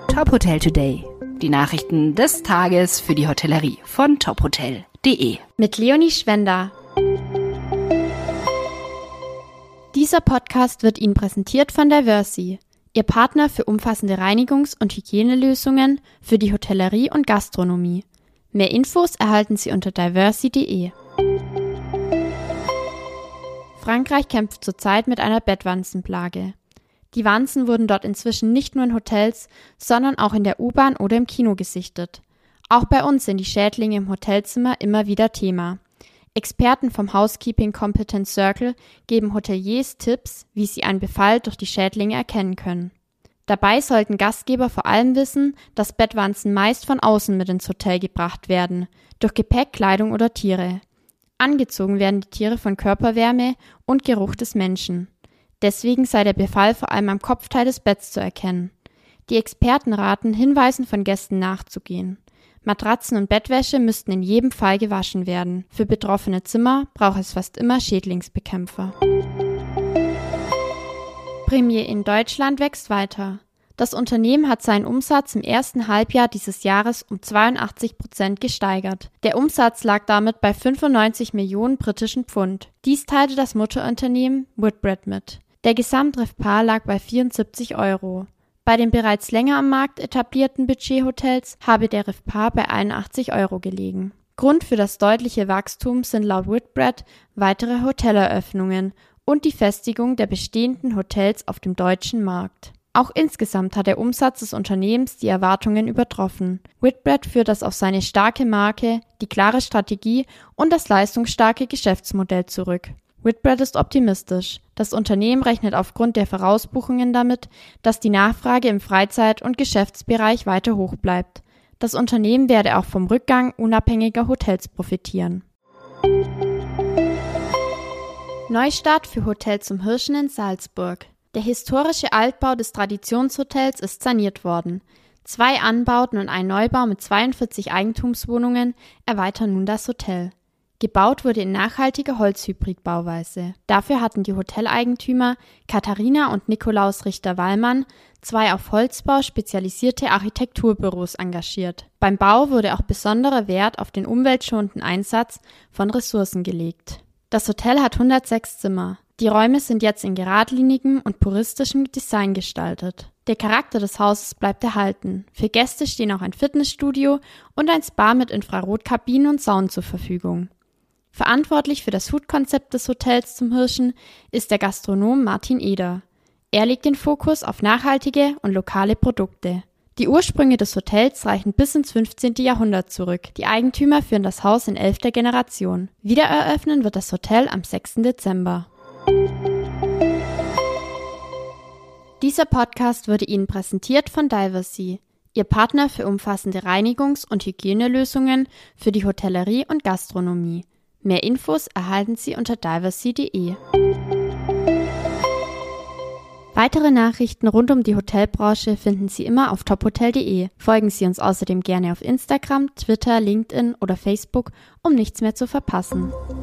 Top Hotel Today. Die Nachrichten des Tages für die Hotellerie von tophotel.de. Mit Leonie Schwender. Dieser Podcast wird Ihnen präsentiert von Diversey, Ihr Partner für umfassende Reinigungs- und Hygienelösungen für die Hotellerie und Gastronomie. Mehr Infos erhalten Sie unter diversey.de. Frankreich kämpft zurzeit mit einer Bettwanzenplage. Die Wanzen wurden dort inzwischen nicht nur in Hotels, sondern auch in der U-Bahn oder im Kino gesichtet. Auch bei uns sind die Schädlinge im Hotelzimmer immer wieder Thema. Experten vom Housekeeping Competence Circle geben Hoteliers Tipps, wie sie einen Befall durch die Schädlinge erkennen können. Dabei sollten Gastgeber vor allem wissen, dass Bettwanzen meist von außen mit ins Hotel gebracht werden, durch Gepäck, Kleidung oder Tiere. Angezogen werden die Tiere von Körperwärme und Geruch des Menschen. Deswegen sei der Befall vor allem am Kopfteil des Betts zu erkennen. Die Experten raten, Hinweisen von Gästen nachzugehen. Matratzen und Bettwäsche müssten in jedem Fall gewaschen werden. Für betroffene Zimmer braucht es fast immer Schädlingsbekämpfer. Premier in Deutschland wächst weiter. Das Unternehmen hat seinen Umsatz im ersten Halbjahr dieses Jahres um 82% gesteigert. Der Umsatz lag damit bei 95 Millionen britischen Pfund. Dies teilte das Mutterunternehmen Whitbread mit. Der Gesamtrevpar lag bei 74 €. Bei den bereits länger am Markt etablierten Budgethotels habe der Revpar bei 81 € gelegen. Grund für das deutliche Wachstum sind laut Whitbread weitere Hoteleröffnungen und die Festigung der bestehenden Hotels auf dem deutschen Markt. Auch insgesamt hat der Umsatz des Unternehmens die Erwartungen übertroffen. Whitbread führt das auf seine starke Marke, die klare Strategie und das leistungsstarke Geschäftsmodell zurück. Whitbread ist optimistisch. Das Unternehmen rechnet aufgrund der Vorausbuchungen damit, dass die Nachfrage im Freizeit- und Geschäftsbereich weiter hoch bleibt. Das Unternehmen werde auch vom Rückgang unabhängiger Hotels profitieren. Neustart für Hotel zum Hirschen in Salzburg. Der historische Altbau des Traditionshotels ist saniert worden. 2 Anbauten und ein Neubau mit 42 Eigentumswohnungen erweitern nun das Hotel. Gebaut wurde in nachhaltiger Holzhybrid-Bauweise. Dafür hatten die Hoteleigentümer Katharina und Nikolaus Richter-Wallmann 2 auf Holzbau spezialisierte Architekturbüros engagiert. Beim Bau wurde auch besonderer Wert auf den umweltschonenden Einsatz von Ressourcen gelegt. Das Hotel hat 106 Zimmer. Die Räume sind jetzt in geradlinigem und puristischem Design gestaltet. Der Charakter des Hauses bleibt erhalten. Für Gäste stehen auch ein Fitnessstudio und ein Spa mit Infrarotkabinen und Saunen zur Verfügung. Verantwortlich für das Food-Konzept des Hotels zum Hirschen ist der Gastronom Martin Eder. Er legt den Fokus auf nachhaltige und lokale Produkte. Die Ursprünge des Hotels reichen bis ins 15. Jahrhundert zurück. Die Eigentümer führen das Haus in 11. Generation. Wiedereröffnen wird das Hotel am 6. Dezember. Dieser Podcast wurde Ihnen präsentiert von Diversey, Ihr Partner für umfassende Reinigungs- und Hygienelösungen für die Hotellerie und Gastronomie. Mehr Infos erhalten Sie unter diversey.de. Weitere Nachrichten rund um die Hotelbranche finden Sie immer auf tophotel.de. Folgen Sie uns außerdem gerne auf Instagram, Twitter, LinkedIn oder Facebook, um nichts mehr zu verpassen.